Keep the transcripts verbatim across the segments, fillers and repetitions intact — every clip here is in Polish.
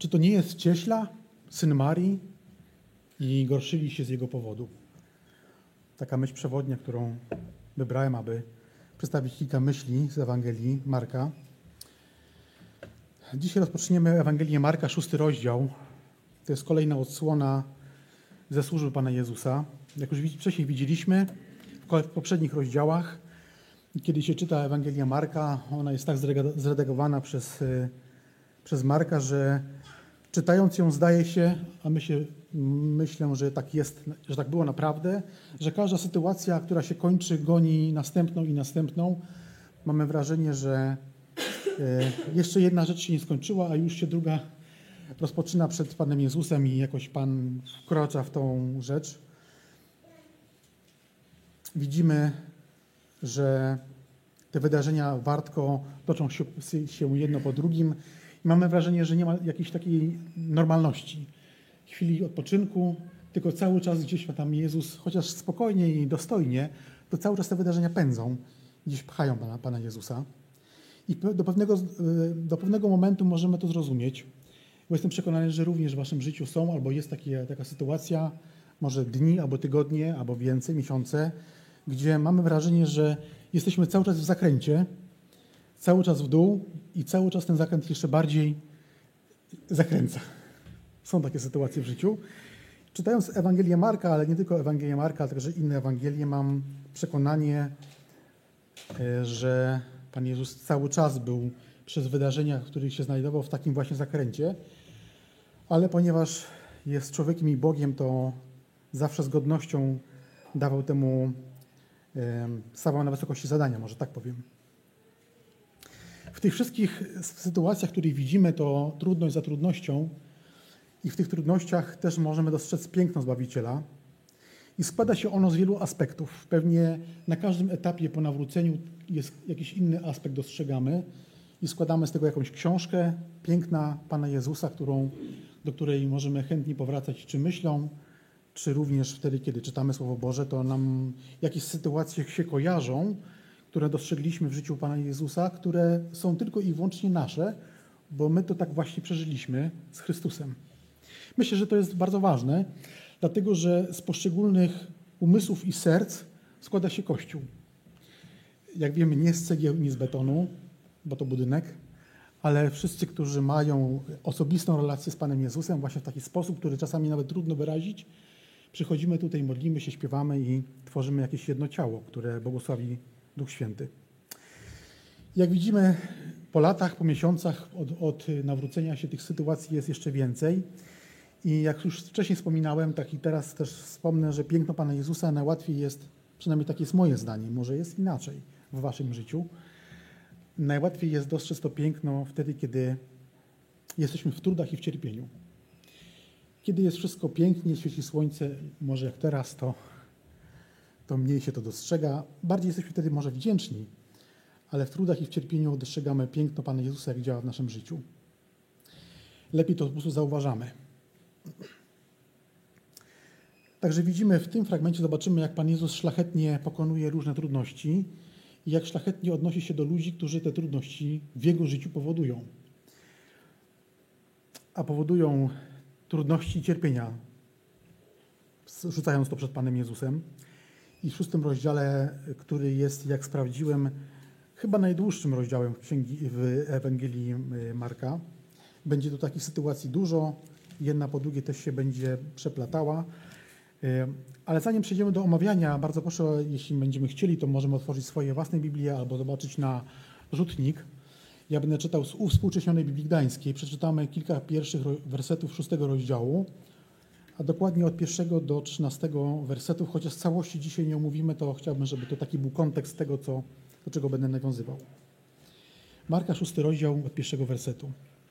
Czy to nie jest cieśla, syn Marii, i gorszyli się z jego powodu? Taka myśl przewodnia, którą wybrałem, aby przedstawić kilka myśli z Ewangelii Marka. Dzisiaj rozpoczniemy Ewangelię Marka, szósty rozdział. To jest kolejna odsłona ze służby Pana Jezusa. Jak już wcześniej widzieliśmy w poprzednich rozdziałach, kiedy się czyta Ewangelia Marka, ona jest tak zredagowana przez, przez Marka, że czytając ją zdaje się, a my się, myślę, że tak jest, że tak było naprawdę, że każda sytuacja, która się kończy, goni następną i następną. Mamy wrażenie, że jeszcze jedna rzecz się nie skończyła, a już się druga rozpoczyna przed Panem Jezusem i jakoś Pan wkracza w tą rzecz. Widzimy, że te wydarzenia wartko toczą się jedno po drugim i mamy wrażenie, że nie ma jakiejś takiej normalności. Chwili odpoczynku, tylko cały czas gdzieś tam Jezus, chociaż spokojnie i dostojnie, to cały czas te wydarzenia pędzą, gdzieś pchają Pana, Pana Jezusa. I do pewnego, do pewnego momentu możemy to zrozumieć, bo jestem przekonany, że również w waszym życiu są albo jest takie, taka sytuacja, może dni, albo tygodnie, albo więcej, miesiące, gdzie mamy wrażenie, że jesteśmy cały czas w zakręcie, cały czas w dół i cały czas ten zakręt jeszcze bardziej zakręca. Są takie sytuacje w życiu. Czytając Ewangelię Marka, ale nie tylko Ewangelię Marka, ale także inne Ewangelie, mam przekonanie, że Pan Jezus cały czas był przez wydarzenia, w których się znajdował, w takim właśnie zakręcie, ale ponieważ jest człowiekiem i Bogiem, to zawsze z godnością dawał temu, stawał na wysokości zadania, może tak powiem. W tych wszystkich sytuacjach, które widzimy, to trudność za trudnością i w tych trudnościach też możemy dostrzec piękno Zbawiciela i składa się ono z wielu aspektów. Pewnie na każdym etapie po nawróceniu jest jakiś inny aspekt dostrzegamy i składamy z tego jakąś książkę piękna Pana Jezusa, którą, do której możemy chętnie powracać czy myślą, czy również wtedy, kiedy czytamy Słowo Boże, to nam jakieś sytuacje się kojarzą, które dostrzegliśmy w życiu Pana Jezusa, które są tylko i wyłącznie nasze, bo my to tak właśnie przeżyliśmy z Chrystusem. Myślę, że to jest bardzo ważne, dlatego że z poszczególnych umysłów i serc składa się Kościół. Jak wiemy, nie z cegieł, nie z betonu, bo to budynek, ale wszyscy, którzy mają osobistą relację z Panem Jezusem właśnie w taki sposób, który czasami nawet trudno wyrazić, przychodzimy tutaj, modlimy się, śpiewamy i tworzymy jakieś jedno ciało, które błogosławi Duch Święty. Jak widzimy, po latach, po miesiącach od, od nawrócenia się tych sytuacji jest jeszcze więcej. I jak już wcześniej wspominałem, tak i teraz też wspomnę, że piękno Pana Jezusa najłatwiej jest, przynajmniej takie jest moje zdanie, może jest inaczej w waszym życiu, najłatwiej jest dostrzec to piękno wtedy, kiedy jesteśmy w trudach i w cierpieniu. Kiedy jest wszystko pięknie, świeci słońce, może jak teraz, to, to mniej się to dostrzega. Bardziej jesteśmy wtedy może wdzięczni, ale w trudach i w cierpieniu dostrzegamy piękno Pana Jezusa, jak działa w naszym życiu. Lepiej to po prostu zauważamy. Także widzimy w tym fragmencie, zobaczymy, jak Pan Jezus szlachetnie pokonuje różne trudności i jak szlachetnie odnosi się do ludzi, którzy te trudności w Jego życiu powodują. A powodują trudności i cierpienia, rzucając to przed Panem Jezusem. I w szóstym rozdziale, który jest, jak sprawdziłem, chyba najdłuższym rozdziałem w, księgi, w Ewangelii Marka, będzie tu takich sytuacji dużo, jedna po drugiej też się będzie przeplatała. Ale zanim przejdziemy do omawiania, bardzo proszę, jeśli będziemy chcieli, to możemy otworzyć swoje własne Biblie albo zobaczyć na rzutnik. Ja będę czytał z uwspółcześnionej Biblii Gdańskiej. Przeczytamy kilka pierwszych wersetów szóstego rozdziału, a dokładnie od pierwszego do trzynastego wersetów, chociaż całości dzisiaj nie omówimy, to chciałbym, żeby to taki był kontekst tego, co, do czego będę nawiązywał. Marka, szósty rozdział, od pierwszego wersetu.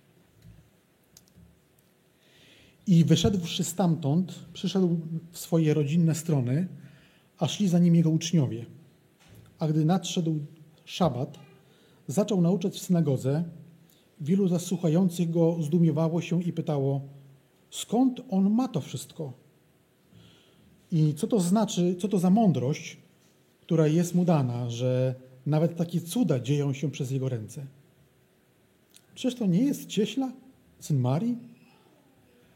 I wyszedłszy stamtąd, przyszedł w swoje rodzinne strony, a szli za nim jego uczniowie. A gdy nadszedł szabat, zaczął nauczać w synagodze. Wielu zaś słuchających go zdumiewało się i pytało, skąd on ma to wszystko? I co to znaczy, co to za mądrość, która jest mu dana, że nawet takie cuda dzieją się przez jego ręce? Przecież to nie jest cieśla, syn Marii,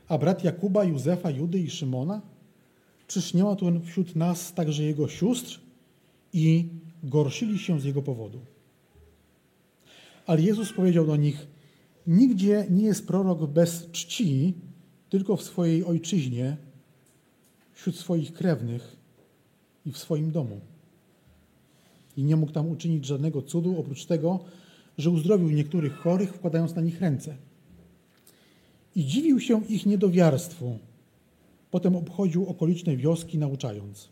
A brat Jakuba, Józefa, Judy i Szymona? Czyż nie ma tu wśród nas także jego sióstr? I gorszyli się z jego powodu. Ale Jezus powiedział do nich: nigdzie nie jest prorok bez czci, tylko w swojej ojczyźnie, wśród swoich krewnych i w swoim domu. I nie mógł tam uczynić żadnego cudu, oprócz tego, że uzdrowił niektórych chorych, wkładając na nich ręce. I dziwił się ich niedowiarstwu. Potem obchodził okoliczne wioski, nauczając.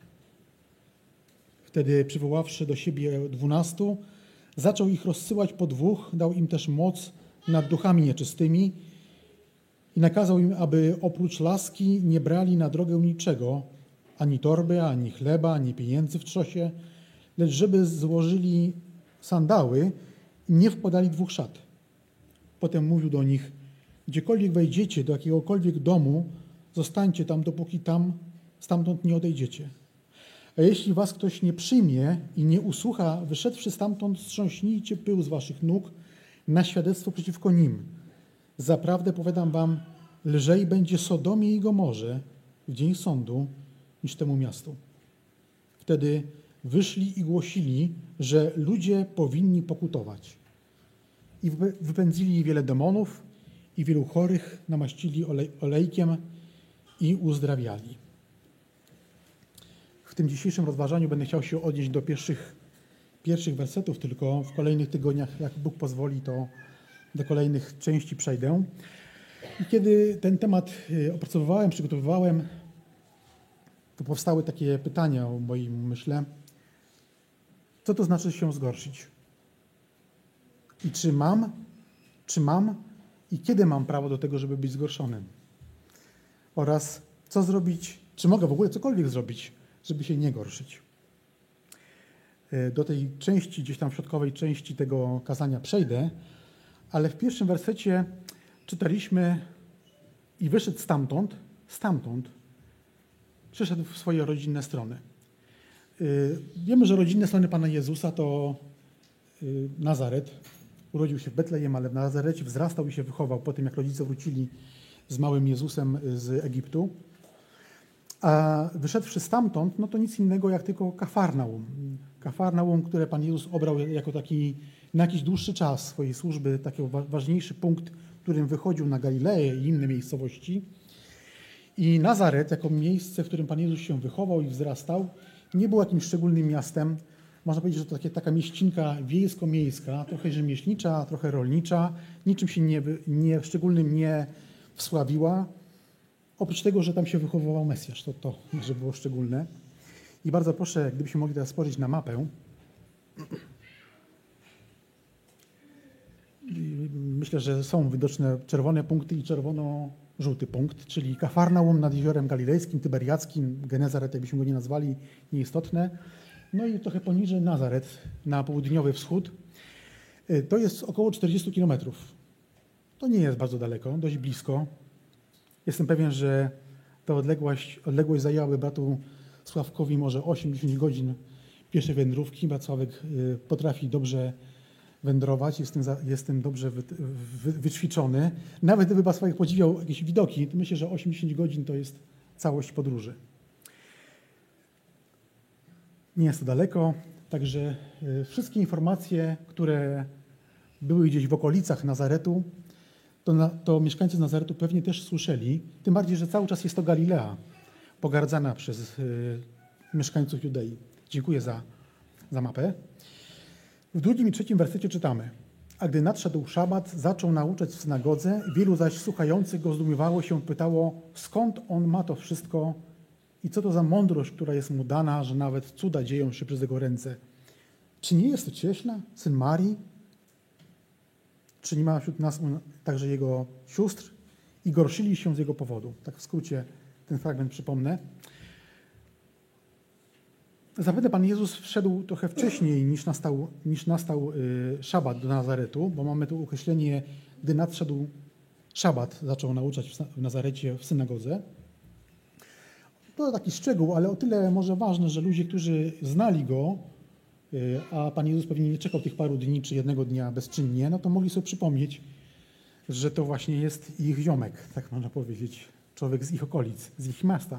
Wtedy, przywoławszy do siebie dwunastu, zaczął ich rozsyłać po dwóch, dał im też moc nad duchami nieczystymi i nakazał im, aby oprócz laski nie brali na drogę niczego, ani torby, ani chleba, ani pieniędzy w trzosie, lecz żeby złożyli sandały i nie wkładali dwóch szat. Potem mówił do nich: gdziekolwiek wejdziecie do jakiegokolwiek domu, zostańcie tam, dopóki tam stamtąd nie odejdziecie. A jeśli was ktoś nie przyjmie i nie usłucha, wyszedłszy stamtąd, strząśnijcie pył z waszych nóg na świadectwo przeciwko nim. Zaprawdę powiadam wam, lżej będzie Sodomie i Gomorze w dzień sądu niż temu miastu. Wtedy wyszli i głosili, że ludzie powinni pokutować. I wypędzili wiele demonów i wielu chorych namaścili olej, olejkiem i uzdrawiali. W tym dzisiejszym rozważaniu będę chciał się odnieść do pierwszych, pierwszych wersetów, tylko w kolejnych tygodniach, jak Bóg pozwoli, to do kolejnych części przejdę. I kiedy ten temat opracowywałem, przygotowywałem, to powstały takie pytania w moim umyśle. Co to znaczy się zgorszyć? I czy mam, czy mam i kiedy mam prawo do tego, żeby być zgorszonym? Oraz co zrobić, czy mogę w ogóle cokolwiek zrobić, żeby się nie gorszyć? Do tej części, gdzieś tam środkowej części tego kazania przejdę, ale w pierwszym wersecie czytaliśmy: i wyszedł stamtąd, stamtąd, przyszedł w swoje rodzinne strony. Wiemy, że rodzinne strony Pana Jezusa to Nazaret. Urodził się w Betlejem, ale w Nazarecie wzrastał i się wychował po tym, jak rodzice wrócili z małym Jezusem z Egiptu. A wyszedłszy stamtąd, no to nic innego jak tylko Kafarnaum. Kafarnaum, które Pan Jezus obrał jako taki na jakiś dłuższy czas swojej służby, taki ważniejszy punkt, którym wychodził na Galileję i inne miejscowości. I Nazaret, jako miejsce, w którym Pan Jezus się wychował i wzrastał, nie był jakimś szczególnym miastem. Można powiedzieć, że to takie, taka mieścinka wiejsko-miejska, trochę rzemieślnicza, trochę rolnicza, niczym się nie, nie, szczególnym nie wsławiła. Oprócz tego, że tam się wychowywał Mesjasz, to to, że było szczególne. I bardzo proszę, gdybyśmy mogli teraz spojrzeć na mapę. Myślę, że są widoczne czerwone punkty i czerwono-żółty punkt, czyli Kafarnaum nad Jeziorem Galilejskim, Tyberiackim, Genezaret, jakbyśmy go nie nazwali, nieistotne. No i trochę poniżej Nazaret, na południowy wschód. To jest około czterdzieści kilometrów. To nie jest bardzo daleko, dość blisko. Jestem pewien, że ta odległość, odległość zajęłaby bratu Sławkowi może osiem dziesięć godzin pieszej wędrówki. Brat Sławek potrafi dobrze wędrować, jest tym, jest tym dobrze wy, wy, wyćwiczony. Nawet gdyby brat Sławek podziwiał jakieś widoki, to myślę, że osiem dziesięć godzin to jest całość podróży. Nie jest to daleko, także wszystkie informacje, które były gdzieś w okolicach Nazaretu, to, na, to mieszkańcy Nazaretu pewnie też słyszeli, tym bardziej, że cały czas jest to Galilea, pogardzana przez y, mieszkańców Judei. Dziękuję za, za mapę. W drugim i trzecim wersecie czytamy: a gdy nadszedł szabat, zaczął nauczać w synagodze, wielu zaś słuchających go zdumiewało się, pytało, skąd on ma to wszystko i co to za mądrość, która jest mu dana, że nawet cuda dzieją się przez jego ręce. Czy nie jest to cieśla, syn Marii? Czy nie ma wśród nas także jego sióstr? I gorszyli się z jego powodu. Tak w skrócie ten fragment przypomnę. Zapewne Pan Jezus wszedł trochę wcześniej niż nastał, niż nastał y, szabat do Nazaretu, bo mamy tu określenie, gdy nadszedł szabat, zaczął nauczać w, w Nazarecie w synagodze. To taki szczegół, ale o tyle może ważne, że ludzie, którzy znali go, y, a Pan Jezus pewnie nie czekał tych paru dni czy jednego dnia bezczynnie, no to mogli sobie przypomnieć, że to właśnie jest ich ziomek, tak można powiedzieć, człowiek z ich okolic, z ich miasta.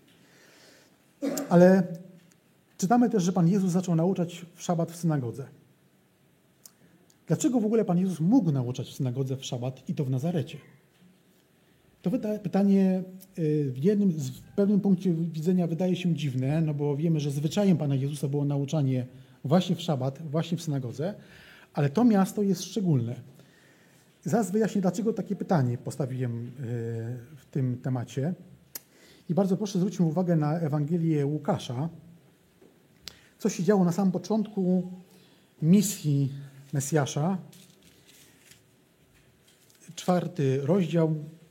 Ale czytamy też, że Pan Jezus zaczął nauczać w szabat w synagodze. Dlaczego w ogóle Pan Jezus mógł nauczać w synagodze w szabat i to w Nazarecie? To pytanie w jednym, w pewnym punkcie widzenia wydaje się dziwne, no bo wiemy, że zwyczajem Pana Jezusa było nauczanie właśnie w szabat, właśnie w synagodze, ale to miasto jest szczególne. Zaraz wyjaśnię, dlaczego takie pytanie postawiłem w tym temacie. I bardzo proszę zwróćmy uwagę na Ewangelię Łukasza, co się działo na samym początku misji Mesjasza. Czwarty rozdział.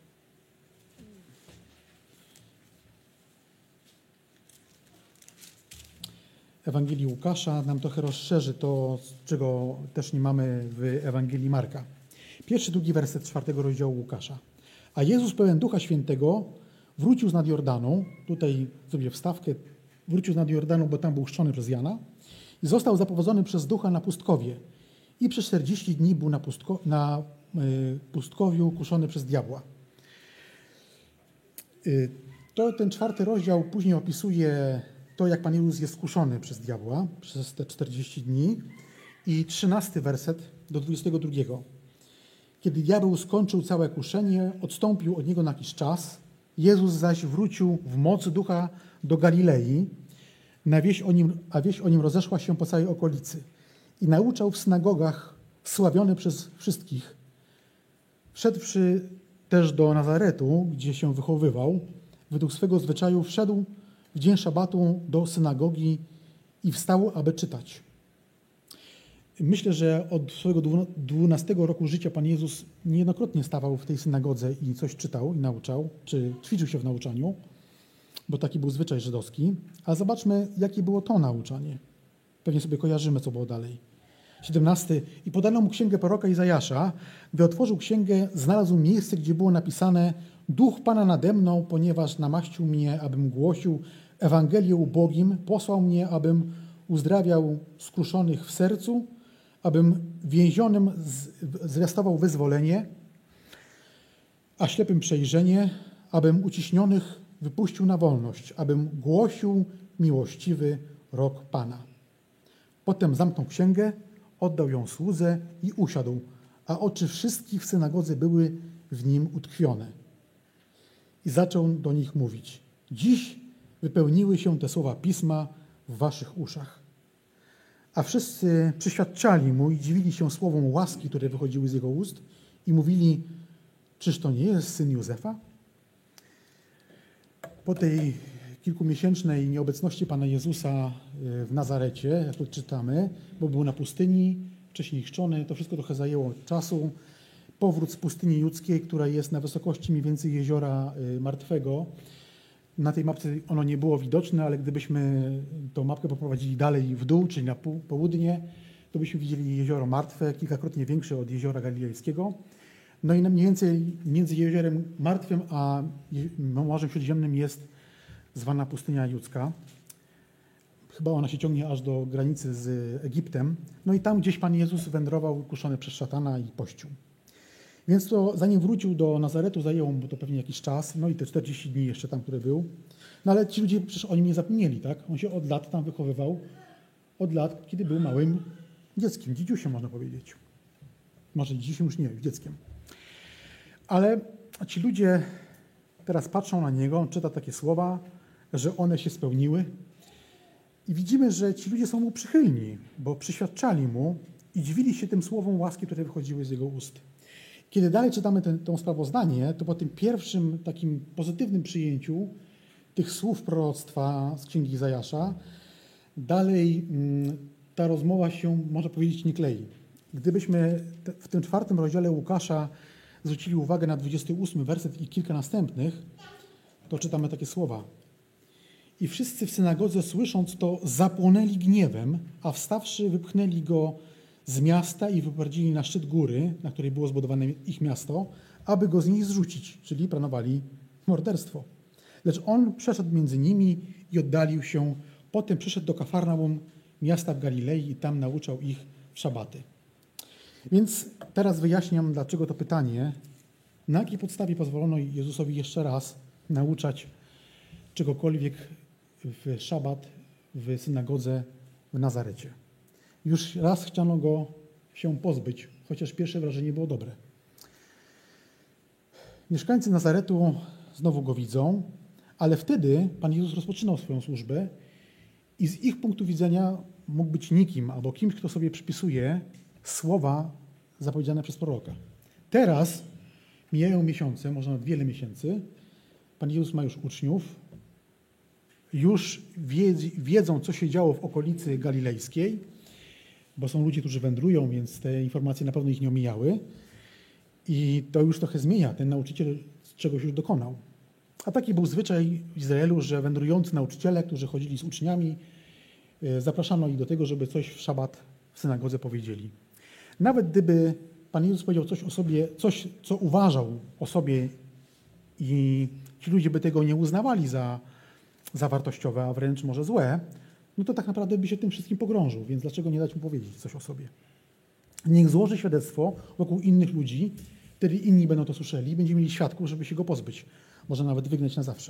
Ewangelii Łukasza nam trochę rozszerzy to, czego też nie mamy w Ewangelii Marka. Pierwszy, drugi werset czwartego rozdziału Łukasza. A Jezus pełen Ducha Świętego wrócił z nad Jordanu, tutaj sobie wstawkę, wrócił z nad Jordanu, bo tam był chrzczony przez Jana i został zaprowadzony przez Ducha na pustkowie i przez czterdzieści dni był na, pustko, na y, pustkowiu kuszony przez diabła. Y, to ten czwarty rozdział później opisuje to, jak Pan Jezus jest kuszony przez diabła przez te czterdzieści dni i trzynasty werset do dwudziestego drugiego. Kiedy diabeł skończył całe kuszenie, odstąpił od niego na jakiś czas, Jezus zaś wrócił w mocy Ducha do Galilei, na wieść o nim, a wieść o nim rozeszła się po całej okolicy i nauczał w synagogach, sławiony przez wszystkich. Wszedłszy też do Nazaretu, gdzie się wychowywał, według swego zwyczaju wszedł w dzień szabatu do synagogi i wstał, aby czytać. Myślę, że od swojego dwunastego roku życia Pan Jezus niejednokrotnie stawał w tej synagodze i coś czytał i nauczał, czy ćwiczył się w nauczaniu, bo taki był zwyczaj żydowski. A zobaczmy, jakie było to nauczanie. Pewnie sobie kojarzymy, co było dalej. siedemnasty. I podano mu księgę proroka Izajasza. Gdy otworzył księgę, znalazł miejsce, gdzie było napisane: Duch Pana nade mną, ponieważ namaścił mnie, abym głosił Ewangelię ubogim, posłał mnie, abym uzdrawiał skruszonych w sercu, abym więzionym zwiastował wyzwolenie, a ślepym przejrzenie, abym uciśnionych wypuścił na wolność, abym głosił miłościwy rok Pana. Potem zamknął księgę, oddał ją słudze i usiadł, a oczy wszystkich w synagodze były w nim utkwione. I zaczął do nich mówić: Dziś wypełniły się te słowa Pisma w waszych uszach. A wszyscy przyświadczali mu i dziwili się słowom łaski, które wychodziły z jego ust i mówili: Czyż to nie jest syn Józefa? Po tej kilkumiesięcznej nieobecności Pana Jezusa w Nazarecie, jak tu czytamy, bo był na pustyni, wcześniej chrzczony, to wszystko trochę zajęło czasu. Powrót z pustyni judzkiej, która jest na wysokości mniej więcej jeziora Martwego. Na tej mapce ono nie było widoczne, ale gdybyśmy tą mapkę poprowadzili dalej w dół, czyli na południe, to byśmy widzieli jezioro Martwe, kilkakrotnie większe od jeziora Galilejskiego. No i mniej więcej między jeziorem Martwym a Morzem Śródziemnym jest zwana pustynia judzka. Chyba ona się ciągnie aż do granicy z Egiptem. No i tam gdzieś Pan Jezus wędrował, kuszony przez szatana i pościł. Więc to zanim wrócił do Nazaretu, zajęło mu to pewnie jakiś czas, no i te czterdzieści dni jeszcze tam, które był. No ale ci ludzie przecież o nim nie zapomnieli, tak? On się od lat tam wychowywał, od lat, kiedy był małym dzieckiem, dzidziusiem można powiedzieć. Może dzidziusiem już nie, już dzieckiem. Ale ci ludzie teraz patrzą na niego, on czyta takie słowa, że one się spełniły i widzimy, że ci ludzie są mu przychylni, bo przyświadczali mu i dziwili się tym słowom łaski, które wychodziły z jego ust. Kiedy dalej czytamy ten, to sprawozdanie, to po tym pierwszym takim pozytywnym przyjęciu tych słów proroctwa z Księgi Izajasza, dalej ta rozmowa się, można powiedzieć, nie klei. Gdybyśmy w tym czwartym rozdziale Łukasza zwrócili uwagę na dwudziesty ósmy werset i kilka następnych, to czytamy takie słowa. I wszyscy w synagodze, słysząc to, zapłonęli gniewem, a wstawszy wypchnęli go z miasta i wyprowadzili na szczyt góry, na której było zbudowane ich miasto, aby go z niej zrzucić, czyli planowali morderstwo. Lecz on przeszedł między nimi i oddalił się. Potem przyszedł do Kafarnaum, miasta w Galilei, i tam nauczał ich w szabaty. Więc teraz wyjaśniam, dlaczego to pytanie, na jakiej podstawie pozwolono Jezusowi jeszcze raz nauczać czegokolwiek w szabat w synagodze w Nazarecie. Już raz chciano go się pozbyć, chociaż pierwsze wrażenie było dobre. Mieszkańcy Nazaretu znowu go widzą, ale wtedy Pan Jezus rozpoczynał swoją służbę i z ich punktu widzenia mógł być nikim albo kimś, kto sobie przypisuje słowa zapowiedziane przez proroka. Teraz mijają miesiące, może nawet wiele miesięcy. Pan Jezus ma już uczniów, już wiedzą, co się działo w okolicy galilejskiej, bo są ludzie, którzy wędrują, więc te informacje na pewno ich nie omijały. I to już trochę zmienia. Ten nauczyciel czegoś już dokonał. A taki był zwyczaj w Izraelu, że wędrujący nauczyciele, którzy chodzili z uczniami, zapraszano ich do tego, żeby coś w szabat w synagodze powiedzieli. Nawet gdyby Pan Jezus powiedział coś o sobie, coś, co uważał o sobie i ci ludzie by tego nie uznawali za, za wartościowe, a wręcz może złe, no to tak naprawdę by się tym wszystkim pogrążył, więc dlaczego nie dać mu powiedzieć coś o sobie? Niech złoży świadectwo wokół innych ludzi, wtedy inni będą to słyszeli i będziemy mieli świadków, żeby się go pozbyć. Może nawet wygnać na zawsze.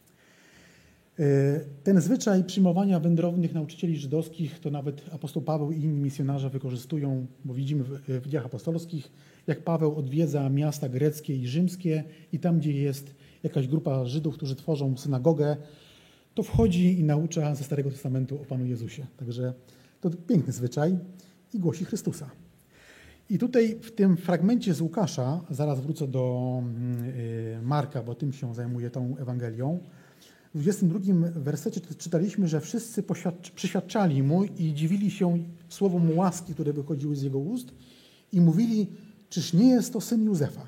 Ten zwyczaj przyjmowania wędrownych nauczycieli żydowskich to nawet apostoł Paweł i inni misjonarze wykorzystują, bo widzimy w dziejach apostolskich, jak Paweł odwiedza miasta greckie i rzymskie i tam, gdzie jest jakaś grupa Żydów, którzy tworzą synagogę, to wchodzi i naucza ze Starego Testamentu o Panu Jezusie. Także to piękny zwyczaj i głosi Chrystusa. I tutaj w tym fragmencie z Łukasza, zaraz wrócę do Marka, bo tym się zajmuje tą Ewangelią, w dwudziestym drugim wersecie czytaliśmy, że wszyscy przyświadczali mu i dziwili się słowom łaski, które wychodziły z jego ust i mówili, czyż nie jest to syn Józefa?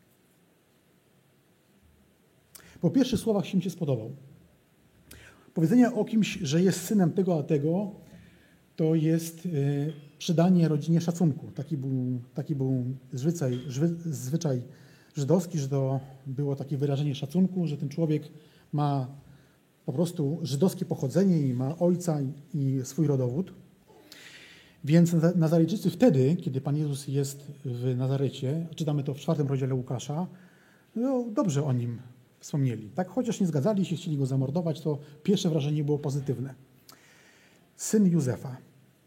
Po pierwszych słowach się mi się spodobał. Powiedzenie o kimś, że jest synem tego a tego, to jest przydanie rodzinie szacunku. Taki był, taki był zwyczaj, zwyczaj żydowski, że to było takie wyrażenie szacunku, że ten człowiek ma po prostu żydowskie pochodzenie i ma ojca i swój rodowód. Więc Nazarejczycy wtedy, kiedy Pan Jezus jest w Nazarecie, czytamy to w czwartym rozdziale Łukasza, no dobrze o nim wspomnieli. Tak, chociaż nie zgadzali się, chcieli go zamordować, to pierwsze wrażenie było pozytywne. Syn Józefa.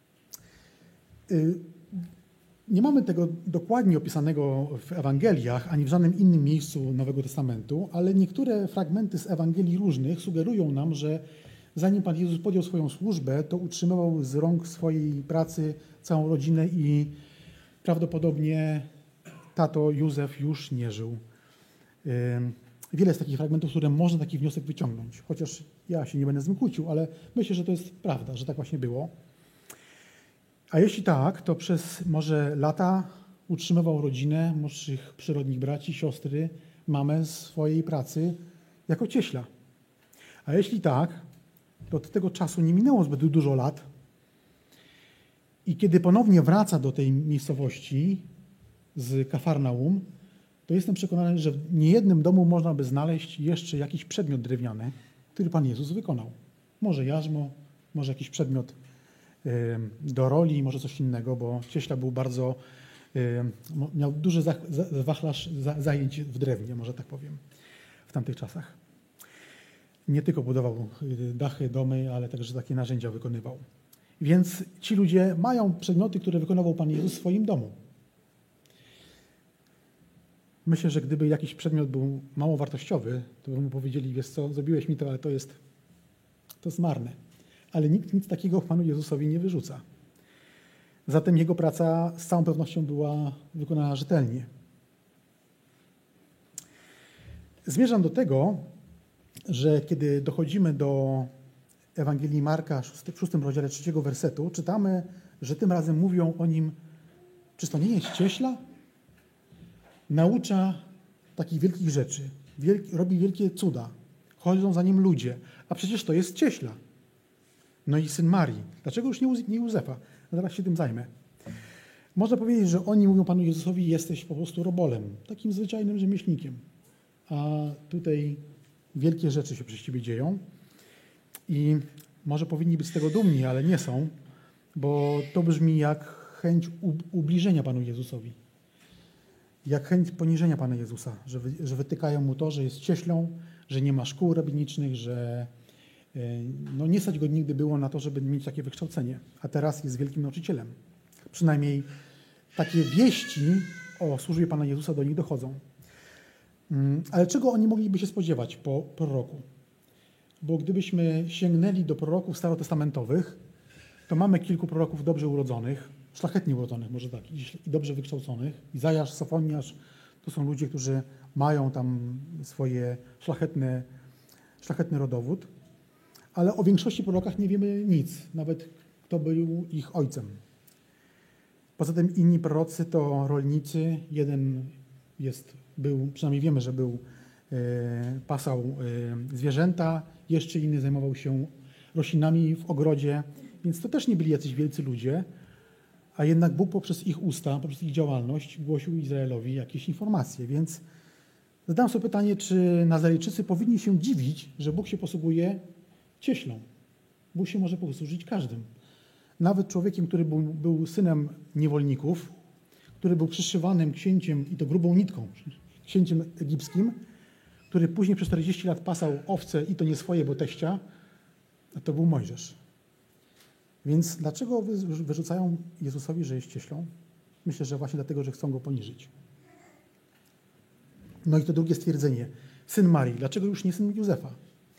Nie mamy tego dokładnie opisanego w Ewangeliach, ani w żadnym innym miejscu Nowego Testamentu, ale niektóre fragmenty z Ewangelii różnych sugerują nam, że zanim Pan Jezus podjął swoją służbę, to utrzymywał z rąk swojej pracy całą rodzinę i prawdopodobnie tato Józef już nie żył. Wiele jest takich fragmentów, które można taki wniosek wyciągnąć, chociaż ja się nie będę z tym kłócił, ale myślę, że to jest prawda, że tak właśnie było. A jeśli tak, to przez może lata utrzymywał rodzinę, młodszych przyrodnich braci, siostry, mamę z swojej pracy jako cieśla. A jeśli tak, to od tego czasu nie minęło zbyt dużo lat i kiedy ponownie wraca do tej miejscowości z Kafarnaum, to jestem przekonany, że w niejednym domu można by znaleźć jeszcze jakiś przedmiot drewniany, który Pan Jezus wykonał. Może jarzmo, może jakiś przedmiot do roli, może coś innego, bo cieśla był bardzo, miał duży wachlarz zajęć w drewnie, może tak powiem, w tamtych czasach. Nie tylko budował dachy, domy, ale także takie narzędzia wykonywał. Więc ci ludzie mają przedmioty, które wykonywał Pan Jezus w swoim domu. Myślę, że gdyby jakiś przedmiot był mało wartościowy, to by mu powiedzieli, wiesz co, zrobiłeś mi to, ale to jest, to jest marne. Ale nikt nic takiego Panu Jezusowi nie wyrzuca. Zatem jego praca z całą pewnością była wykonana rzetelnie. Zmierzam do tego, że kiedy dochodzimy do Ewangelii Marka w szóstym rozdziale trzeciego wersetu, czytamy, że tym razem mówią o nim, czyż to nie jest cieśla? Naucza takich wielkich rzeczy, wielki, robi wielkie cuda, chodzą za nim ludzie, a przecież to jest cieśla. No i syn Marii. Dlaczego już nie Józefa? Zaraz się tym zajmę. Można powiedzieć, że oni mówią Panu Jezusowi, jesteś po prostu robolem, takim zwyczajnym rzemieślnikiem. A tutaj wielkie rzeczy się przez ciebie dzieją i może powinni być z tego dumni, ale nie są, bo to brzmi jak chęć ubliżenia Panu Jezusowi, jak chęć poniżenia Pana Jezusa, że, wy, że wytykają Mu to, że jest cieślą, że nie ma szkół rabinicznych, że no, nie stać go nigdy było na to, żeby mieć takie wykształcenie, a teraz jest wielkim nauczycielem. Przynajmniej takie wieści o służbie Pana Jezusa do nich dochodzą. Ale czego oni mogliby się spodziewać po proroku? Bo gdybyśmy sięgnęli do proroków starotestamentowych, to mamy kilku proroków dobrze urodzonych, szlachetnie urodzonych może tak, i dobrze wykształconych. Izajasz, Sofoniasz to są ludzie, którzy mają tam swoje szlachetne, szlachetny rodowód, ale o większości prorokach nie wiemy nic, nawet kto był ich ojcem. Poza tym inni prorocy to rolnicy, jeden jest, był, przynajmniej wiemy, że był, e, pasał e, zwierzęta, jeszcze inny zajmował się roślinami w ogrodzie, więc to też nie byli jacyś wielcy ludzie, a jednak Bóg poprzez ich usta, poprzez ich działalność głosił Izraelowi jakieś informacje, więc zadam sobie pytanie, czy Nazarejczycy powinni się dziwić, że Bóg się posługuje cieślą. Bóg się może posłużyć każdym. Nawet człowiekiem, który był, był synem niewolników, który był przyszywanym księciem, i to grubą nitką, księciem egipskim, który później przez czterdzieści lat pasał owce i to nie swoje, bo teścia, a to był Mojżesz. Więc dlaczego wyrzucają Jezusowi, że jest cieślą? Myślę, że właśnie dlatego, że chcą go poniżyć. No i to drugie stwierdzenie. Syn Marii. Dlaczego już nie syn Józefa?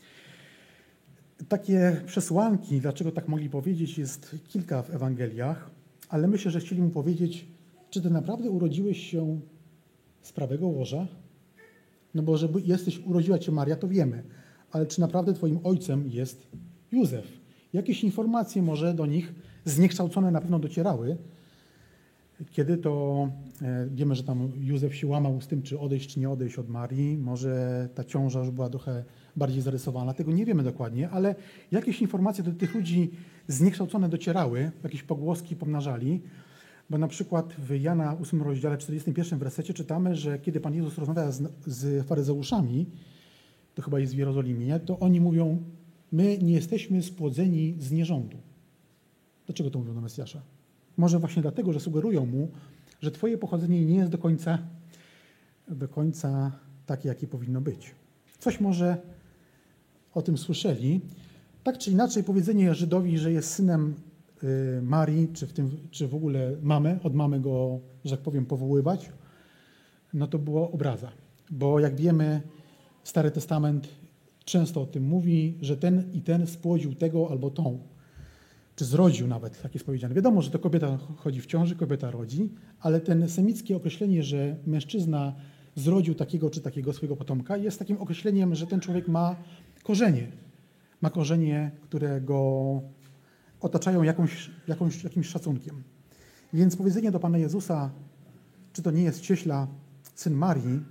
Takie przesłanki, dlaczego tak mogli powiedzieć, jest kilka w Ewangeliach, ale myślę, że chcieli mu powiedzieć, czy ty naprawdę urodziłeś się z prawego łoża? No bo że jesteś, urodziła cię Maria, to wiemy, ale czy naprawdę twoim ojcem jest Józef? Jakieś informacje może do nich zniekształcone na pewno docierały, kiedy to e, wiemy, że tam Józef się łamał z tym, czy odejść, czy nie odejść od Marii. Może ta ciąża już była trochę bardziej zarysowana. Tego nie wiemy dokładnie, ale jakieś informacje do tych ludzi zniekształcone docierały, jakieś pogłoski pomnażali, bo na przykład w Jana ósmym rozdziale czterdziestym pierwszym wersecie czytamy, że kiedy Pan Jezus rozmawia z, z faryzeuszami, to chyba jest w Jerozolimie, to oni mówią, my nie jesteśmy spłodzeni z nierządu. Dlaczego to mówią do Mesjasza? Może właśnie dlatego, że sugerują mu, że twoje pochodzenie nie jest do końca, do końca takie, jakie powinno być. Coś może o tym słyszeli. Tak czy inaczej powiedzenie Żydowi, że jest synem y, Marii, czy w, tym, czy w ogóle mamy, od mamy go, że tak powiem, powoływać, no to było obraza. Bo jak wiemy, Stary Testament często o tym mówi, że ten i ten spłodził tego albo tą. Czy zrodził nawet, tak jest powiedziane. Wiadomo, że to kobieta chodzi w ciąży, kobieta rodzi, ale ten semickie określenie, że mężczyzna zrodził takiego czy takiego swojego potomka, jest takim określeniem, że ten człowiek ma korzenie. Ma korzenie, które go otaczają jakąś, jakąś, jakimś szacunkiem. Więc powiedzenie do Pana Jezusa, czy to nie jest cieśla, syn Marii,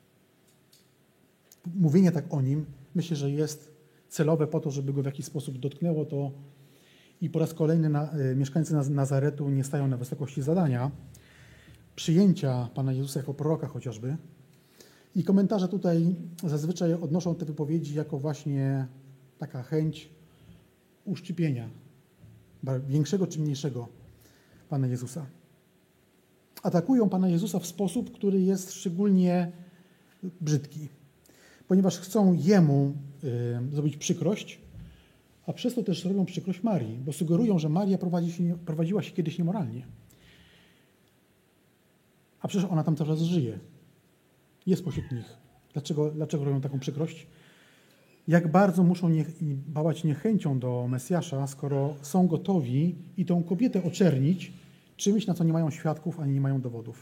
mówienie tak o nim, myślę, że jest celowe po to, żeby go w jakiś sposób dotknęło to i po raz kolejny na, y, mieszkańcy Nazaretu nie stają na wysokości zadania przyjęcia Pana Jezusa jako proroka chociażby. I komentarze tutaj zazwyczaj odnoszą te wypowiedzi jako właśnie taka chęć uszczypienia większego czy mniejszego Pana Jezusa. Atakują Pana Jezusa w sposób, który jest szczególnie brzydki, ponieważ chcą Jemu y, zrobić przykrość, a przez to też robią przykrość Marii, bo sugerują, że Maria prowadzi się, prowadziła się kiedyś niemoralnie. A przecież ona tam cały czas żyje. Jest pośród nich. Dlaczego, dlaczego robią taką przykrość? Jak bardzo muszą nie, bałać niechęcią do Mesjasza, skoro są gotowi i tą kobietę oczernić czymś, na co nie mają świadków, ani nie mają dowodów.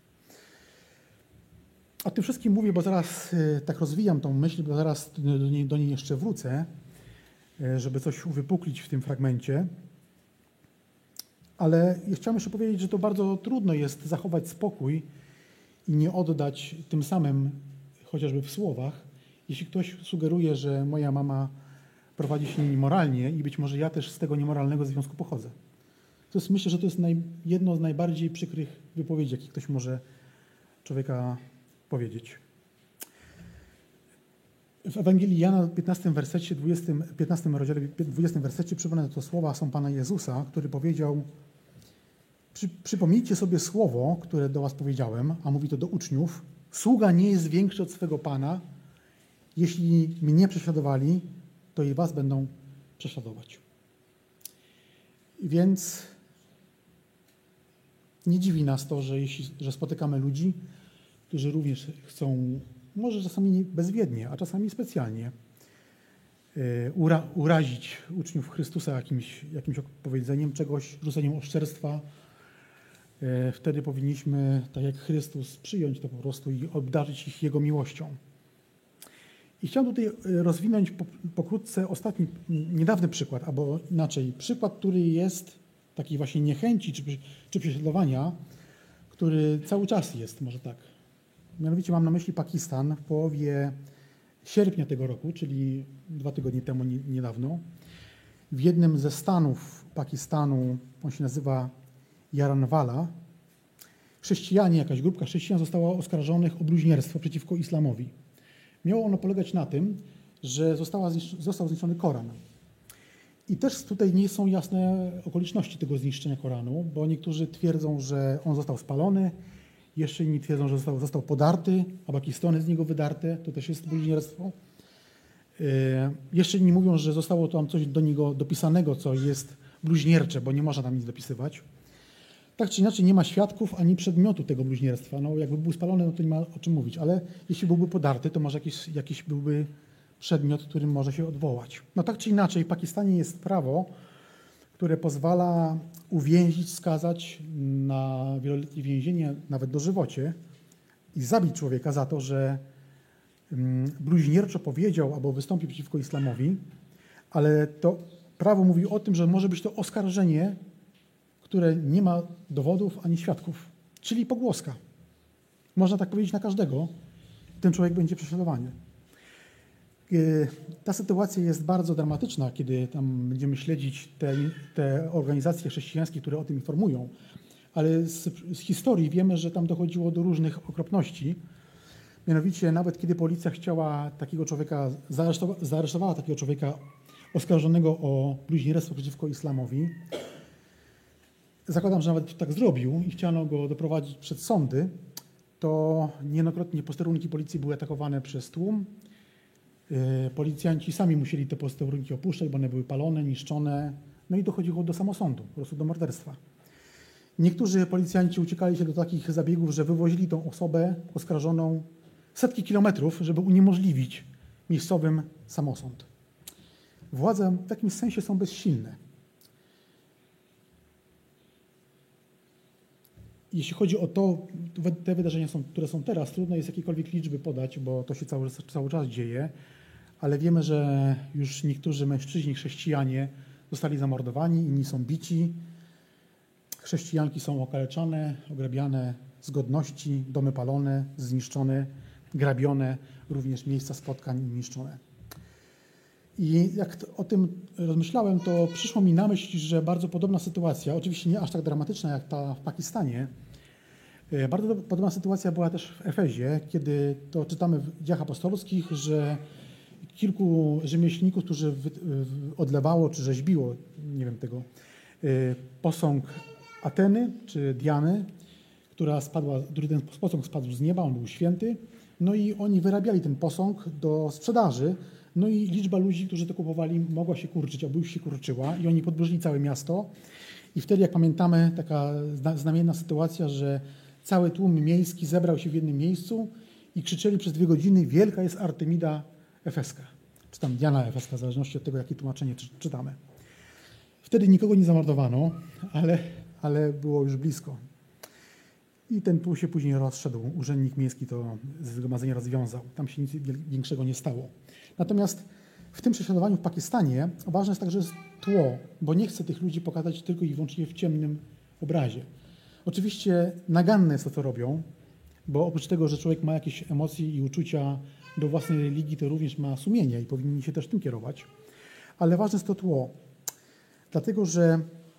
O tym wszystkim mówię, bo zaraz y, tak rozwijam tą myśl, bo zaraz do niej, do niej jeszcze wrócę, y, żeby coś uwypuklić w tym fragmencie. Ale chciałem jeszcze powiedzieć, że to bardzo trudno jest zachować spokój i nie oddać tym samym, chociażby w słowach, jeśli ktoś sugeruje, że moja mama prowadzi się niemoralnie i być może ja też z tego niemoralnego związku pochodzę. To jest, myślę, że to jest naj, jedno z najbardziej przykrych wypowiedzi, jakie ktoś może człowieka powiedzieć. W Ewangelii Jana w piętnastym wersecie, dwudziestym, piętnastym rozdziale, dwudziestym wersecie przypomnę to słowa są Pana Jezusa, który powiedział: Przy, przypomnijcie sobie słowo, które do was powiedziałem, a mówi to do uczniów. Sługa nie jest większy od swego Pana. Jeśli mnie prześladowali, to i was będą prześladować. Więc nie dziwi nas to, że, jeśli, że spotykamy ludzi, którzy również chcą, może czasami bezwiednie, a czasami specjalnie, ura, urazić uczniów Chrystusa jakimś, jakimś powiedzeniem czegoś, rzuceniem oszczerstwa. Wtedy powinniśmy, tak jak Chrystus, przyjąć to po prostu i obdarzyć ich Jego miłością. I chciałem tutaj rozwinąć pokrótce ostatni, niedawny przykład, albo inaczej, przykład, który jest takiej właśnie niechęci czy, czy prześladowania, który cały czas jest, może tak. Mianowicie mam na myśli Pakistan w połowie sierpnia tego roku, czyli dwa tygodnie temu niedawno. W jednym ze stanów Pakistanu, on się nazywa Jaranwala, chrześcijanie, jakaś grupka chrześcijan została oskarżonych o bluźnierstwo przeciwko islamowi. Miało ono polegać na tym, że została, został zniszczony Koran. I też tutaj nie są jasne okoliczności tego zniszczenia Koranu, bo niektórzy twierdzą, że on został spalony, jeszcze inni twierdzą, że został, został podarty, a bakistony z niego wydarte, to też jest bluźnierstwo. Yy, jeszcze inni mówią, że zostało tam coś do niego dopisanego, co jest bluźniercze, bo nie można tam nic dopisywać. Tak czy inaczej nie ma świadków ani przedmiotu tego bluźnierstwa. No, jakby był spalony, no to nie ma o czym mówić, ale jeśli byłby podarty, to może jakiś, jakiś byłby przedmiot, którym może się odwołać. No tak czy inaczej, w Pakistanie jest prawo, które pozwala uwięzić, skazać na wieloletnie więzienie, nawet dożywocie i zabić człowieka za to, że bluźnierczo powiedział albo wystąpił przeciwko islamowi, ale to prawo mówi o tym, że może być to oskarżenie, które nie ma dowodów ani świadków, czyli pogłoska. Można tak powiedzieć na każdego, ten człowiek będzie prześladowany. Ta sytuacja jest bardzo dramatyczna, kiedy tam będziemy śledzić te, te organizacje chrześcijańskie, które o tym informują, ale z, z historii wiemy, że tam dochodziło do różnych okropności. Mianowicie nawet kiedy policja chciała takiego człowieka, zaaresztowa, zaaresztowała takiego człowieka oskarżonego o bluźnierstwo przeciwko islamowi, zakładam, że nawet tak zrobił i chciano go doprowadzić przed sądy, to niejednokrotnie posterunki policji były atakowane przez tłum. Policjanci sami musieli te posterunki opuszczać, bo one były palone, niszczone, no i dochodziło do samosądu, po prostu do morderstwa. Niektórzy policjanci uciekali się do takich zabiegów, że wywozili tą osobę oskarżoną setki kilometrów, żeby uniemożliwić miejscowym samosąd. Władze w jakimś sensie są bezsilne. Jeśli chodzi o to, te wydarzenia, są, które są teraz, trudno jest jakiekolwiek liczby podać, bo to się cały, cały czas dzieje, ale wiemy, że już niektórzy mężczyźni, chrześcijanie zostali zamordowani, inni są bici, chrześcijanki są okaleczane, ograbiane z godności, domy palone, zniszczone, grabione, również miejsca spotkań niszczone. I jak o tym rozmyślałem, to przyszło mi na myśl, że bardzo podobna sytuacja, oczywiście nie aż tak dramatyczna jak ta w Pakistanie, bardzo podobna sytuacja była też w Efezie, kiedy to czytamy w Dziejach Apostolskich, że kilku rzemieślników, którzy odlewało czy rzeźbiło, nie wiem tego, posąg Ateny czy Diany, która spadła, który ten posąg spadł z nieba, on był święty, no i oni wyrabiali ten posąg do sprzedaży, no i liczba ludzi, którzy to kupowali, mogła się kurczyć, albo już się kurczyła i oni podburzyli całe miasto. I wtedy, jak pamiętamy, taka znamienna sytuacja, że cały tłum miejski zebrał się w jednym miejscu i krzyczeli przez dwie godziny: wielka jest Artemida Efeska, czy tam Diana Efeska, w zależności od tego, jakie tłumaczenie czytamy. Wtedy nikogo nie zamordowano, ale, ale było już blisko. I ten tłum się później rozszedł. Urzędnik miejski to zgromadzenie rozwiązał. Tam się nic większego nie stało. Natomiast w tym prześladowaniu w Pakistanie ważne jest także tło, bo nie chcę tych ludzi pokazać tylko i wyłącznie w ciemnym obrazie. Oczywiście naganne jest to, co robią, bo oprócz tego, że człowiek ma jakieś emocje i uczucia do własnej religii, to również ma sumienie i powinni się też tym kierować. Ale ważne jest to tło, dlatego że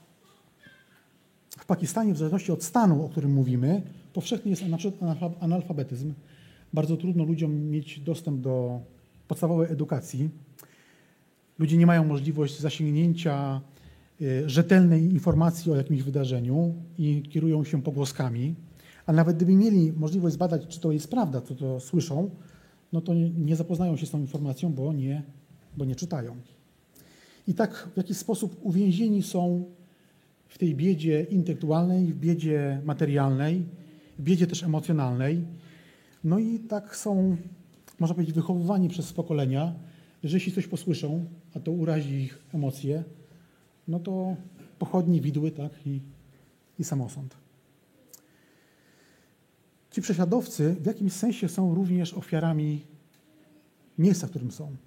w Pakistanie, w zależności od stanu, o którym mówimy, powszechny jest na przykład analfabetyzm. Bardzo trudno ludziom mieć dostęp do podstawowej edukacji. Ludzie nie mają możliwości zasięgnięcia rzetelnej informacji o jakimś wydarzeniu i kierują się pogłoskami, a nawet gdyby mieli możliwość zbadać, czy to jest prawda, co to słyszą, no to nie zapoznają się z tą informacją, bo nie, bo nie czytają. I tak w jakiś sposób uwięzieni są w tej biedzie intelektualnej, w biedzie materialnej, w biedzie też emocjonalnej. No i tak są, można powiedzieć, wychowywani przez pokolenia, że jeśli coś posłyszą, a to urazi ich emocje, no to pochodnie, widły, tak, i, i samosąd. Ci prześladowcy w jakimś sensie są również ofiarami miejsca, w którym są.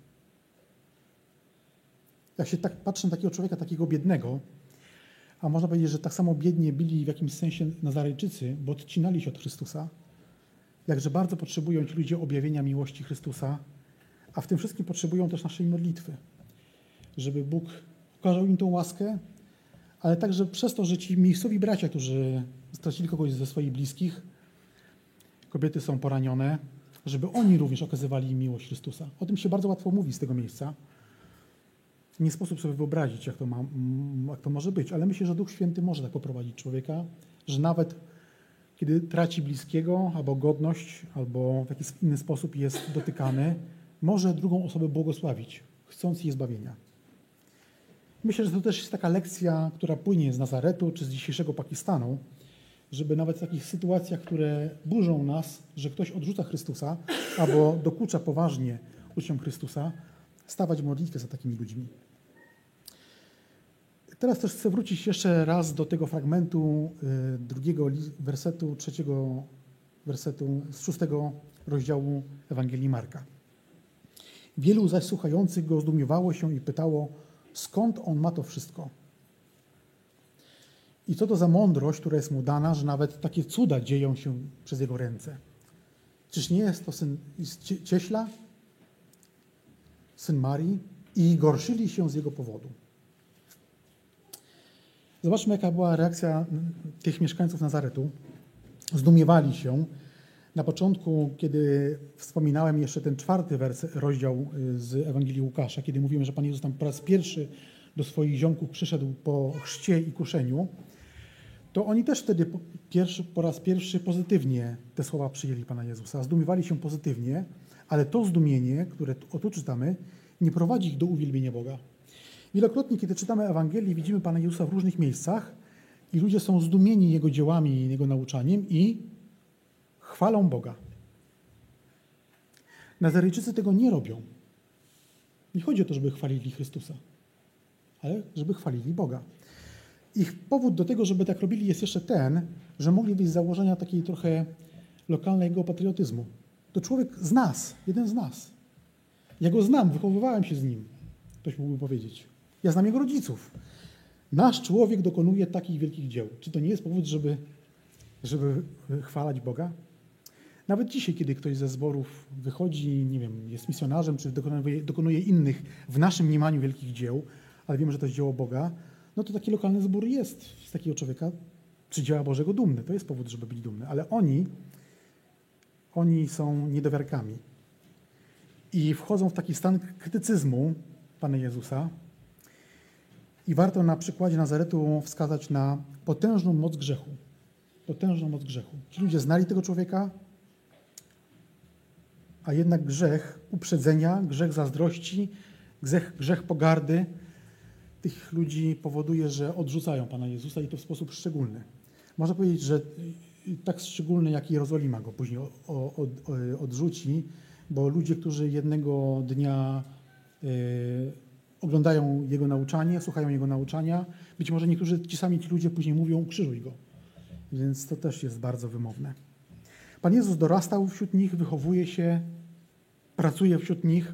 Jak się tak patrzy na takiego człowieka, takiego biednego, a można powiedzieć, że tak samo biednie byli w jakimś sensie Nazarejczycy, bo odcinali się od Chrystusa, jakże bardzo potrzebują ci ludzie objawienia miłości Chrystusa, a w tym wszystkim potrzebują też naszej modlitwy, żeby Bóg okazał im tą łaskę, ale także przez to, że ci miejscowi bracia, którzy stracili kogoś ze swoich bliskich, kobiety są poranione, żeby oni również okazywali im miłość Chrystusa. O tym się bardzo łatwo mówi z tego miejsca. Nie sposób sobie wyobrazić, jak to, ma, jak to może być, ale myślę, że Duch Święty może tak poprowadzić człowieka, że nawet kiedy traci bliskiego, albo godność, albo w jakiś inny sposób jest dotykany, może drugą osobę błogosławić, chcąc jej zbawienia. Myślę, że to też jest taka lekcja, która płynie z Nazaretu, czy z dzisiejszego Pakistanu, żeby nawet w takich sytuacjach, które burzą nas, że ktoś odrzuca Chrystusa, albo dokucza poważnie uczniom Chrystusa, stawać w modlitwie za takimi ludźmi. Teraz też chcę wrócić jeszcze raz do tego fragmentu y, drugiego wersetu, trzeciego wersetu z szóstego rozdziału Ewangelii Marka. Wielu zaś słuchających go zdumiewało się i pytało, skąd on ma to wszystko? I co to za mądrość, która jest mu dana, że nawet takie cuda dzieją się przez jego ręce? Czyż nie jest to syn cieśla, syn Marii? I gorszyli się z jego powodu. Zobaczmy, jaka była reakcja tych mieszkańców Nazaretu. Zdumiewali się. Na początku, kiedy wspominałem jeszcze ten czwarty wers, rozdział z Ewangelii Łukasza, kiedy mówiłem, że Pan Jezus tam po raz pierwszy do swoich ziomków przyszedł po chrzcie i kuszeniu, to oni też wtedy po, pierwszy, po raz pierwszy pozytywnie te słowa przyjęli Pana Jezusa. Zdumiewali się pozytywnie, ale to zdumienie, które o tu czytamy, nie prowadzi ich do uwielbienia Boga. Wielokrotnie, kiedy czytamy Ewangelii, widzimy Pana Jezusa w różnych miejscach i ludzie są zdumieni Jego dziełami, Jego nauczaniem i chwalą Boga. Nazarejczycy tego nie robią. Nie chodzi o to, żeby chwalili Chrystusa, ale żeby chwalili Boga. Ich powód do tego, żeby tak robili, jest jeszcze ten, że mogli być z założenia takiej trochę lokalnego patriotyzmu. To człowiek z nas, jeden z nas. Ja go znam, wychowywałem się z nim, ktoś mógłby powiedzieć. Ja znam jego rodziców. Nasz człowiek dokonuje takich wielkich dzieł. Czy to nie jest powód, żeby, żeby chwalać Boga? Nawet dzisiaj, kiedy ktoś ze zborów wychodzi, nie wiem, jest misjonarzem, czy dokonuje, dokonuje innych w naszym mniemaniu wielkich dzieł, ale wiemy, że to jest dzieło Boga, no to taki lokalny zbór jest z takiego człowieka, czy dzieła Bożego dumny. To jest powód, żeby być dumny. Ale oni, oni są niedowiarkami. I wchodzą w taki stan krytycyzmu Pana Jezusa. I warto na przykładzie Nazaretu wskazać na potężną moc grzechu. Potężną moc grzechu. Ci ludzie znali tego człowieka, a jednak grzech uprzedzenia, grzech zazdrości, grzech, grzech pogardy tych ludzi powoduje, że odrzucają Pana Jezusa i to w sposób szczególny. Można powiedzieć, że tak szczególny, jak Jerozolima go później odrzuci, bo ludzie, którzy jednego dnia y, oglądają Jego nauczanie, słuchają Jego nauczania, być może niektórzy, ci sami ci ludzie później mówią, ukrzyżuj Go. Więc to też jest bardzo wymowne. Pan Jezus dorastał wśród nich, wychowuje się, pracuje wśród nich.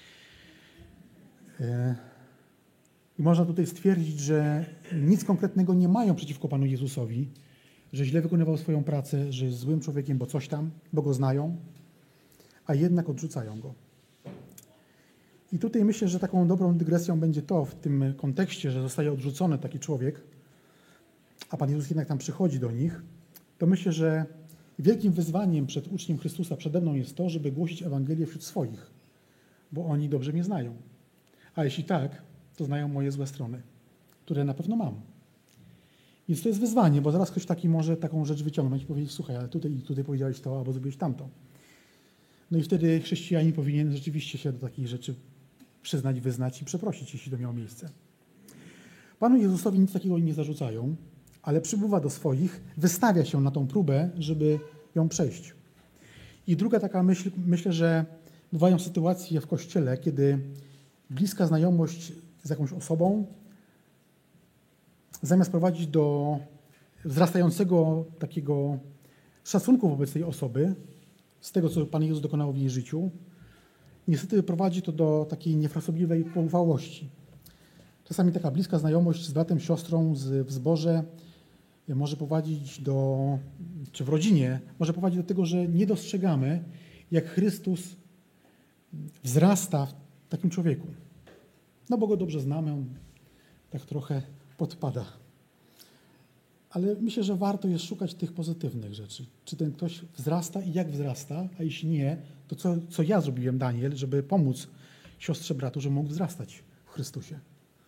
I można tutaj stwierdzić, że nic konkretnego nie mają przeciwko Panu Jezusowi, że źle wykonywał swoją pracę, że jest złym człowiekiem, bo coś tam, bo Go znają, a jednak odrzucają Go. I tutaj myślę, że taką dobrą dygresją będzie to w tym kontekście, że zostaje odrzucony taki człowiek, a Pan Jezus jednak tam przychodzi do nich, to myślę, że wielkim wyzwaniem przed uczniem Chrystusa przede mną jest to, żeby głosić Ewangelię wśród swoich, bo oni dobrze mnie znają. A jeśli tak, to znają moje złe strony. które na pewno mam. Więc to jest wyzwanie, bo zaraz ktoś taki może taką rzecz wyciągnąć i powiedzieć, słuchaj, ale tutaj, tutaj powiedziałeś to, albo zrobiłeś tamto. No i wtedy chrześcijanin powinien rzeczywiście się do takich rzeczy przyznać, wyznać i przeprosić, jeśli to miało miejsce. Panu Jezusowi nic takiego nie zarzucają, ale przybywa do swoich, wystawia się na tą próbę, żeby ją przejść. I druga taka myśl, myślę, że bywają sytuacje w Kościele, kiedy bliska znajomość z jakąś osobą zamiast prowadzić do wzrastającego takiego szacunku wobec tej osoby, z tego, co Pan Jezus dokonał w jej życiu, niestety prowadzi to do takiej niefrasobliwej poufałości. Czasami taka bliska znajomość z bratem, siostrą z, w zborze może prowadzić do, czy w rodzinie, może prowadzić do tego, że nie dostrzegamy, jak Chrystus wzrasta w takim człowieku. No bo go dobrze znamy, on tak trochę podpada. Ale myślę, że warto jest szukać tych pozytywnych rzeczy. Czy ten ktoś wzrasta i jak wzrasta, a jeśli nie, to co, co ja zrobiłem, Daniel, żeby pomóc siostrze, bratu, żeby mógł wzrastać w Chrystusie.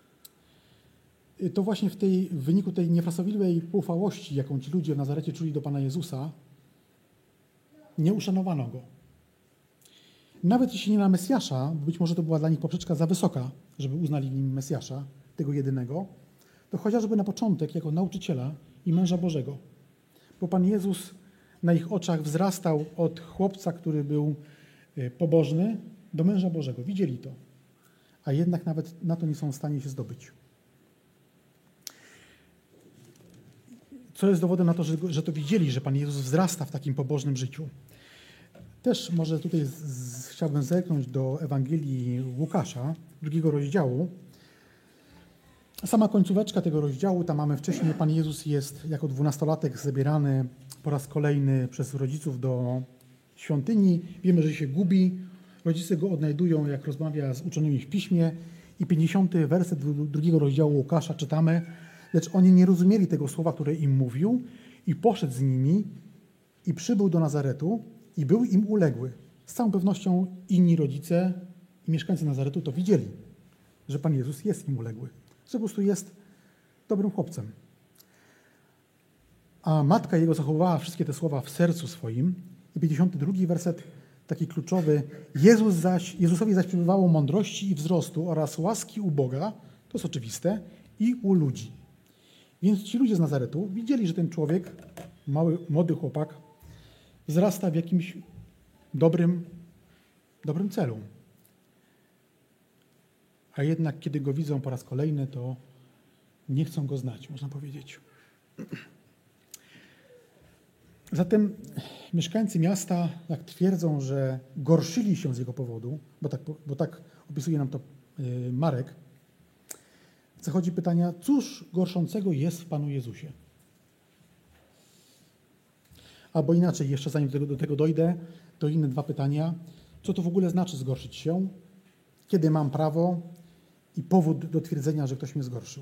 To właśnie w, tej, w wyniku tej niefrasobliwej poufałości, jaką ci ludzie w Nazarecie czuli do Pana Jezusa, nie uszanowano Go. Nawet jeśli nie na Mesjasza, być może to była dla nich poprzeczka za wysoka, żeby uznali nim Mesjasza, tego jedynego, to chociażby na początek jako nauczyciela i męża Bożego. Bo Pan Jezus na ich oczach wzrastał od chłopca, który był pobożny, do męża Bożego. Widzieli to, a jednak nawet na to nie są w stanie się zdobyć. Co jest dowodem na to, że, że to widzieli, że Pan Jezus wzrasta w takim pobożnym życiu. Też może tutaj z, z, chciałbym zerknąć do Ewangelii Łukasza, drugiego rozdziału. Sama końcóweczka tego rozdziału, tam mamy wcześniej, Pan Jezus jest jako dwunastolatek zabierany po raz kolejny przez rodziców do świątyni. Wiemy, że się gubi. Rodzice go odnajdują, jak rozmawia z uczonymi w piśmie. I pięćdziesiąty werset drugiego rozdziału Łukasza czytamy: lecz oni nie rozumieli tego słowa, które im mówił, i poszedł z nimi i przybył do Nazaretu i był im uległy. Z całą pewnością inni rodzice i mieszkańcy Nazaretu to widzieli, że Pan Jezus jest im uległy, że po prostu jest dobrym chłopcem. A matka jego zachowała wszystkie te słowa w sercu swoim. I pięćdziesiąty drugi werset, taki kluczowy: Jezus zaś, Jezusowi zaś przybywało mądrości i wzrostu oraz łaski u Boga, to jest oczywiste, i u ludzi. Więc ci ludzie z Nazaretu widzieli, że ten człowiek, mały, młody chłopak, wzrasta w jakimś dobrym, dobrym celu. A jednak, kiedy go widzą po raz kolejny, to nie chcą go znać, można powiedzieć. Zatem mieszkańcy miasta, jak twierdzą, że gorszyli się z jego powodu, bo tak, bo tak opisuje nam to Marek, zachodzi pytania, cóż gorszącego jest w Panu Jezusie? Albo inaczej, jeszcze zanim do tego, do tego dojdę, to inne dwa pytania. Co to w ogóle znaczy zgorszyć się? Kiedy mam prawo i powód do twierdzenia, że ktoś mnie zgorszył?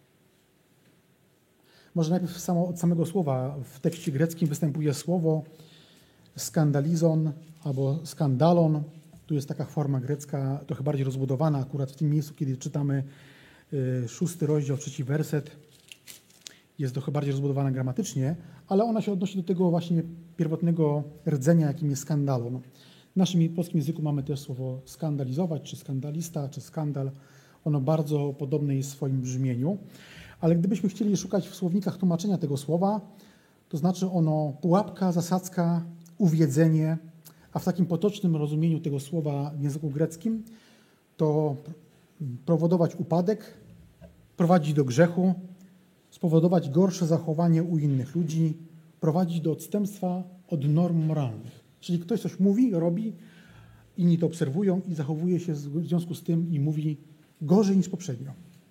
Może najpierw samo, od samego słowa. W tekście greckim występuje słowo skandalizon albo skandalon. Tu jest taka forma grecka trochę bardziej rozbudowana, akurat w tym miejscu, kiedy czytamy szósty rozdział, trzeci werset. Jest trochę bardziej rozbudowana gramatycznie, ale ona się odnosi do tego właśnie pierwotnego rdzenia, jakim jest skandalon. W naszym polskim języku mamy też słowo skandalizować, czy skandalista, czy skandal. Ono bardzo podobne jest w swoim brzmieniu. Ale gdybyśmy chcieli szukać w słownikach tłumaczenia tego słowa, to znaczy ono pułapka, zasadzka, uwiedzenie, a w takim potocznym rozumieniu tego słowa w języku greckim to powodować upadek, prowadzić do grzechu, spowodować gorsze zachowanie u innych ludzi, prowadzić do odstępstwa od norm moralnych. Czyli ktoś coś mówi, robi, inni to obserwują i zachowuje się w związku z tym i mówi gorzej niż poprzednio.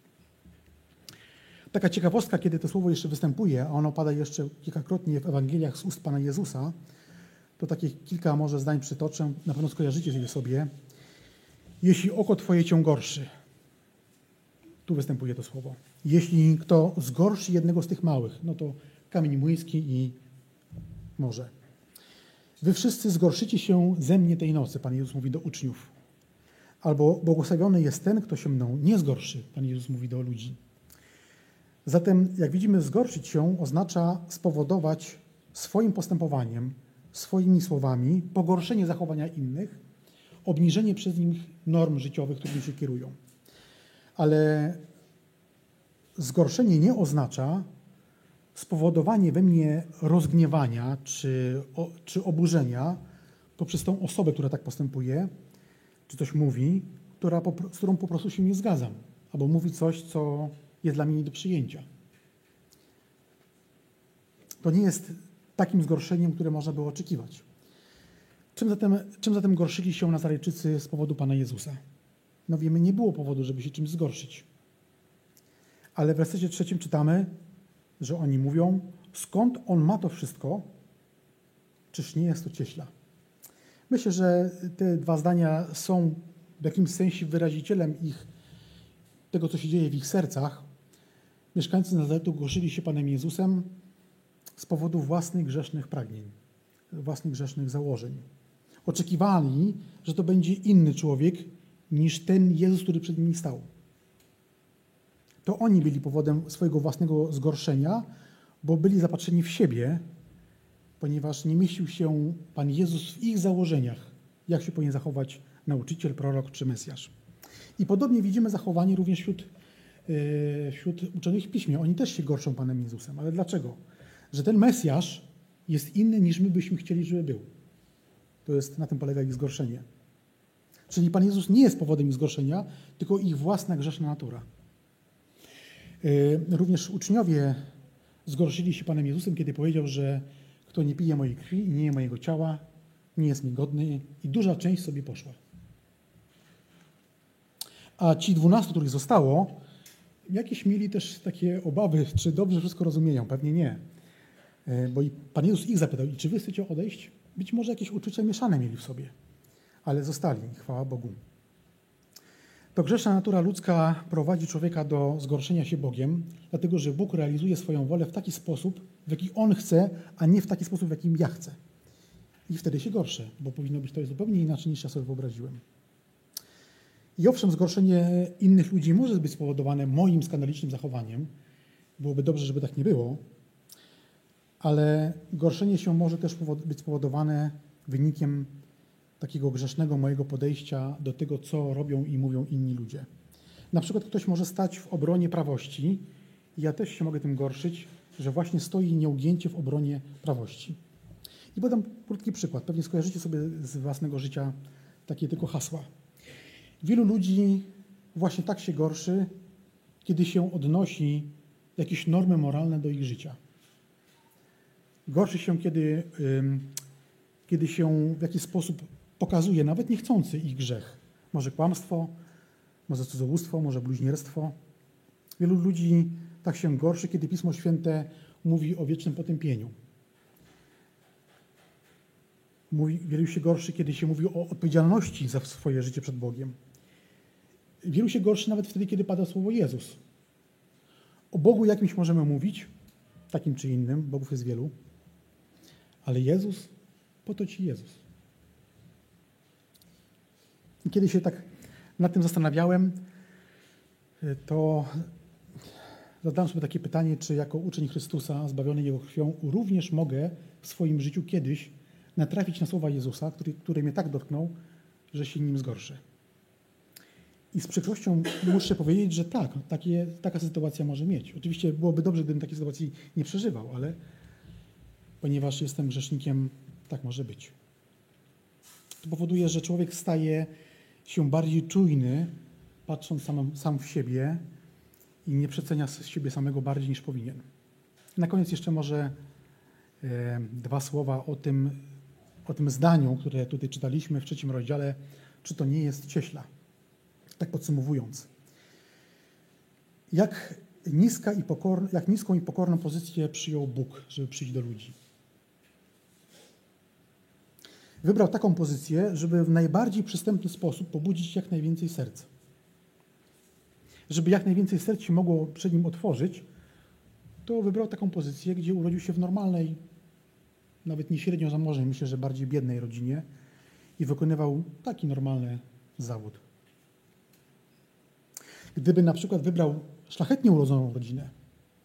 Taka ciekawostka, kiedy to słowo jeszcze występuje, a ono pada jeszcze kilkakrotnie w Ewangeliach z ust Pana Jezusa, to takie kilka może zdań przytoczę, na pewno skojarzycie je sobie. Jeśli oko Twoje Cię gorszy, tu występuje to słowo. Jeśli kto zgorszy jednego z tych małych, no to kamień młyński i morze. Wy wszyscy zgorszycie się ze mnie tej nocy, Pan Jezus mówi do uczniów. Albo błogosławiony jest ten, kto się mną nie zgorszy, Pan Jezus mówi do ludzi. Zatem, jak widzimy, zgorszyć się oznacza spowodować swoim postępowaniem, swoimi słowami pogorszenie zachowania innych, obniżenie przez nich norm życiowych, którymi się kierują. Ale zgorszenie nie oznacza spowodowanie we mnie rozgniewania czy, o, czy oburzenia poprzez tą osobę, która tak postępuje, czy coś mówi, która, z którą po prostu się nie zgadzam, albo mówi coś, co jest dla mnie nie do przyjęcia. To nie jest takim zgorszeniem, które można było oczekiwać. Czym zatem, czym zatem gorszyli się Nazarejczycy z powodu Pana Jezusa? No wiemy, nie było powodu, żeby się czymś zgorszyć. Ale w wersecie trzecim czytamy, że oni mówią, skąd on ma to wszystko, czyż nie jest to cieśla? Myślę, że te dwa zdania są w jakimś sensie wyrazicielem ich, tego, co się dzieje w ich sercach. Mieszkańcy Nazaretu gorszyli się Panem Jezusem z powodu własnych grzesznych pragnień, własnych grzesznych założeń. Oczekiwali, że to będzie inny człowiek niż ten Jezus, który przed nimi stał. To oni byli powodem swojego własnego zgorszenia, bo byli zapatrzeni w siebie, ponieważ nie mieścił się Pan Jezus w ich założeniach, jak się powinien zachować nauczyciel, prorok czy Mesjasz. I podobnie widzimy zachowanie również wśród, yy, wśród uczonych w Piśmie. Oni też się gorszą Panem Jezusem. Ale dlaczego? Że ten Mesjasz jest inny, niż my byśmy chcieli, żeby był. To jest, na tym polega ich zgorszenie. Czyli Pan Jezus nie jest powodem ich zgorszenia, tylko ich własna grzeszna natura. Yy, również uczniowie zgorszyli się Panem Jezusem, kiedy powiedział, że kto nie pije mojej krwi i nie je mojego ciała, nie jest mi godny, i duża część sobie poszła. A ci dwunastu, których zostało, jakieś mieli też takie obawy, czy dobrze wszystko rozumieją. Pewnie nie. Bo i Pan Jezus ich zapytał, i czy wy chcecie odejść? Być może jakieś uczucia mieszane mieli w sobie, ale zostali, chwała Bogu. To grzeszna natura ludzka prowadzi człowieka do zgorszenia się Bogiem, dlatego że Bóg realizuje swoją wolę w taki sposób, w jaki On chce, a nie w taki sposób, w jakim ja chcę. I wtedy się gorszę, bo powinno być to zupełnie inaczej, niż ja sobie wyobraziłem. I owszem, zgorszenie innych ludzi może być spowodowane moim skandalicznym zachowaniem. Byłoby dobrze, żeby tak nie było. Ale gorszenie się może też być spowodowane wynikiem takiego grzesznego mojego podejścia do tego, co robią i mówią inni ludzie. Na przykład ktoś może stać w obronie prawości i ja też się mogę tym gorszyć, że właśnie stoi nieugięcie w obronie prawości. I podam krótki przykład. Pewnie skojarzycie sobie z własnego życia takie tylko hasła. Wielu ludzi właśnie tak się gorszy, kiedy się odnosi jakieś normy moralne do ich życia. Gorszy się, kiedy, kiedy się w jakiś sposób pokazuje, nawet niechcący, ich grzech. Może kłamstwo, może cudzołóstwo, może bluźnierstwo. Wielu ludzi tak się gorszy, kiedy Pismo Święte mówi o wiecznym potępieniu. Mówi, wielu się gorszy, kiedy się mówi o odpowiedzialności za swoje życie przed Bogiem. Wielu się gorszy nawet wtedy, kiedy pada słowo Jezus. O Bogu jakimś możemy mówić, takim czy innym, Bogów jest wielu, ale Jezus, po to Ci Jezus. I kiedy się tak nad tym zastanawiałem, to zadałem sobie takie pytanie, czy jako uczeń Chrystusa, zbawiony Jego krwią, również mogę w swoim życiu kiedyś natrafić na słowa Jezusa, który, który mnie tak dotknął, że się nim zgorszę. I z przykrością muszę powiedzieć, że tak, takie, taka sytuacja może mieć. Oczywiście byłoby dobrze, gdybym takiej sytuacji nie przeżywał, ale ponieważ jestem grzesznikiem, tak może być. To powoduje, że człowiek staje się bardziej czujny, patrząc sam, sam w siebie i nie przecenia z siebie samego bardziej niż powinien. Na koniec jeszcze może e, dwa słowa o tym, o tym zdaniu, które tutaj czytaliśmy w trzecim rozdziale, czy to nie jest cieśla. Tak podsumowując. Jak, niska i pokorna, jak niską i pokorną pozycję przyjął Bóg, żeby przyjść do ludzi. Wybrał taką pozycję, żeby w najbardziej przystępny sposób pobudzić jak najwięcej serc. Żeby jak najwięcej serc się mogło przed nim otworzyć, to wybrał taką pozycję, gdzie urodził się w normalnej, nawet nie średnio zamożnej, myślę, że bardziej biednej rodzinie i wykonywał taki normalny zawód. Gdyby na przykład wybrał szlachetnie urodzoną rodzinę,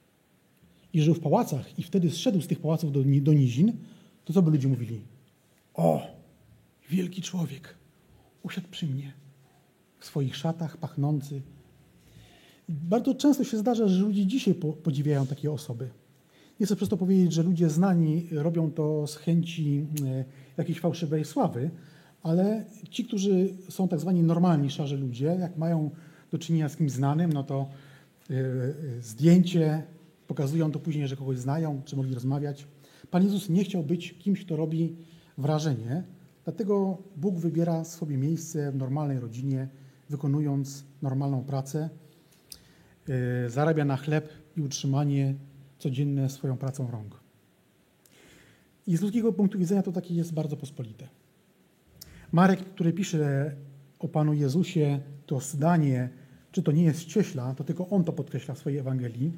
i żył w pałacach i wtedy zszedł z tych pałaców do, do nizin, to co by ludzie mówili? O, wielki człowiek, usiadł przy mnie, w swoich szatach, pachnący. Bardzo często się zdarza, że ludzie dzisiaj podziwiają takie osoby. Nie chcę przez to powiedzieć, że ludzie znani robią to z chęci jakiejś fałszywej sławy, ale ci, którzy są tak zwani normalni, szarzy ludzie, jak mają do czynienia z kimś znanym, no to zdjęcie, pokazują to później, że kogoś znają, czy mogli rozmawiać. Pan Jezus nie chciał być kimś, kto robi wrażenie, dlatego Bóg wybiera sobie miejsce w normalnej rodzinie, wykonując normalną pracę, zarabia na chleb i utrzymanie codzienne swoją pracą rąk. I z ludzkiego punktu widzenia to takie jest bardzo pospolite. Marek, który pisze o Panu Jezusie, to zdanie, czy to nie jest cieśla, to tylko on to podkreśla w swojej Ewangelii.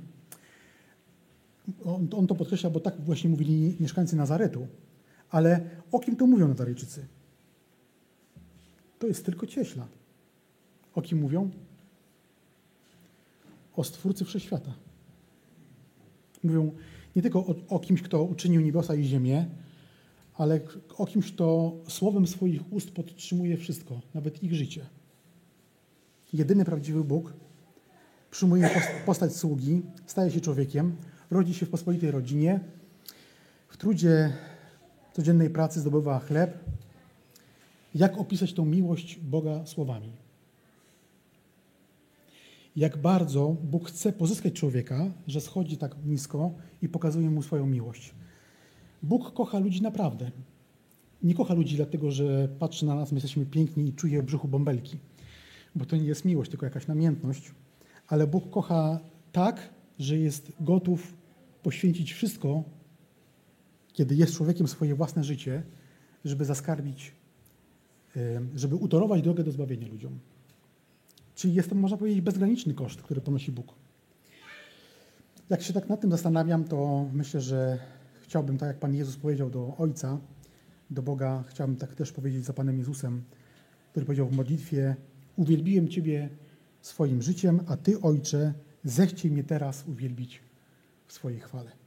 On, on to podkreśla, bo tak właśnie mówili mieszkańcy Nazaretu. Ale o kim to mówią Nazarejczycy? To jest tylko cieśla. O kim mówią? O Stwórcy Wszechświata. Mówią nie tylko o, o kimś, kto uczynił niebiosa i ziemię, ale o kimś, kto słowem swoich ust podtrzymuje wszystko, nawet ich życie. Jedyny prawdziwy Bóg przyjmuje postać sługi, staje się człowiekiem, rodzi się w pospolitej rodzinie, w trudzie codziennej pracy zdobywa chleb. Jak opisać tą miłość Boga słowami? Jak bardzo Bóg chce pozyskać człowieka, że schodzi tak nisko i pokazuje mu swoją miłość. Bóg kocha ludzi naprawdę. Nie kocha ludzi dlatego, że patrzy na nas, my jesteśmy piękni i czuje w brzuchu bąbelki, bo to nie jest miłość, tylko jakaś namiętność. Ale Bóg kocha tak, że jest gotów poświęcić wszystko, kiedy jest człowiekiem, swoje własne życie, żeby zaskarbić, żeby utorować drogę do zbawienia ludziom. Czyli jest to, można powiedzieć, bezgraniczny koszt, który ponosi Bóg. Jak się tak nad tym zastanawiam, to myślę, że chciałbym, tak jak Pan Jezus powiedział do Ojca, do Boga, chciałbym tak też powiedzieć za Panem Jezusem, który powiedział w modlitwie: uwielbiłem Ciebie swoim życiem, a Ty, Ojcze, zechciej mnie teraz uwielbić w swojej chwale.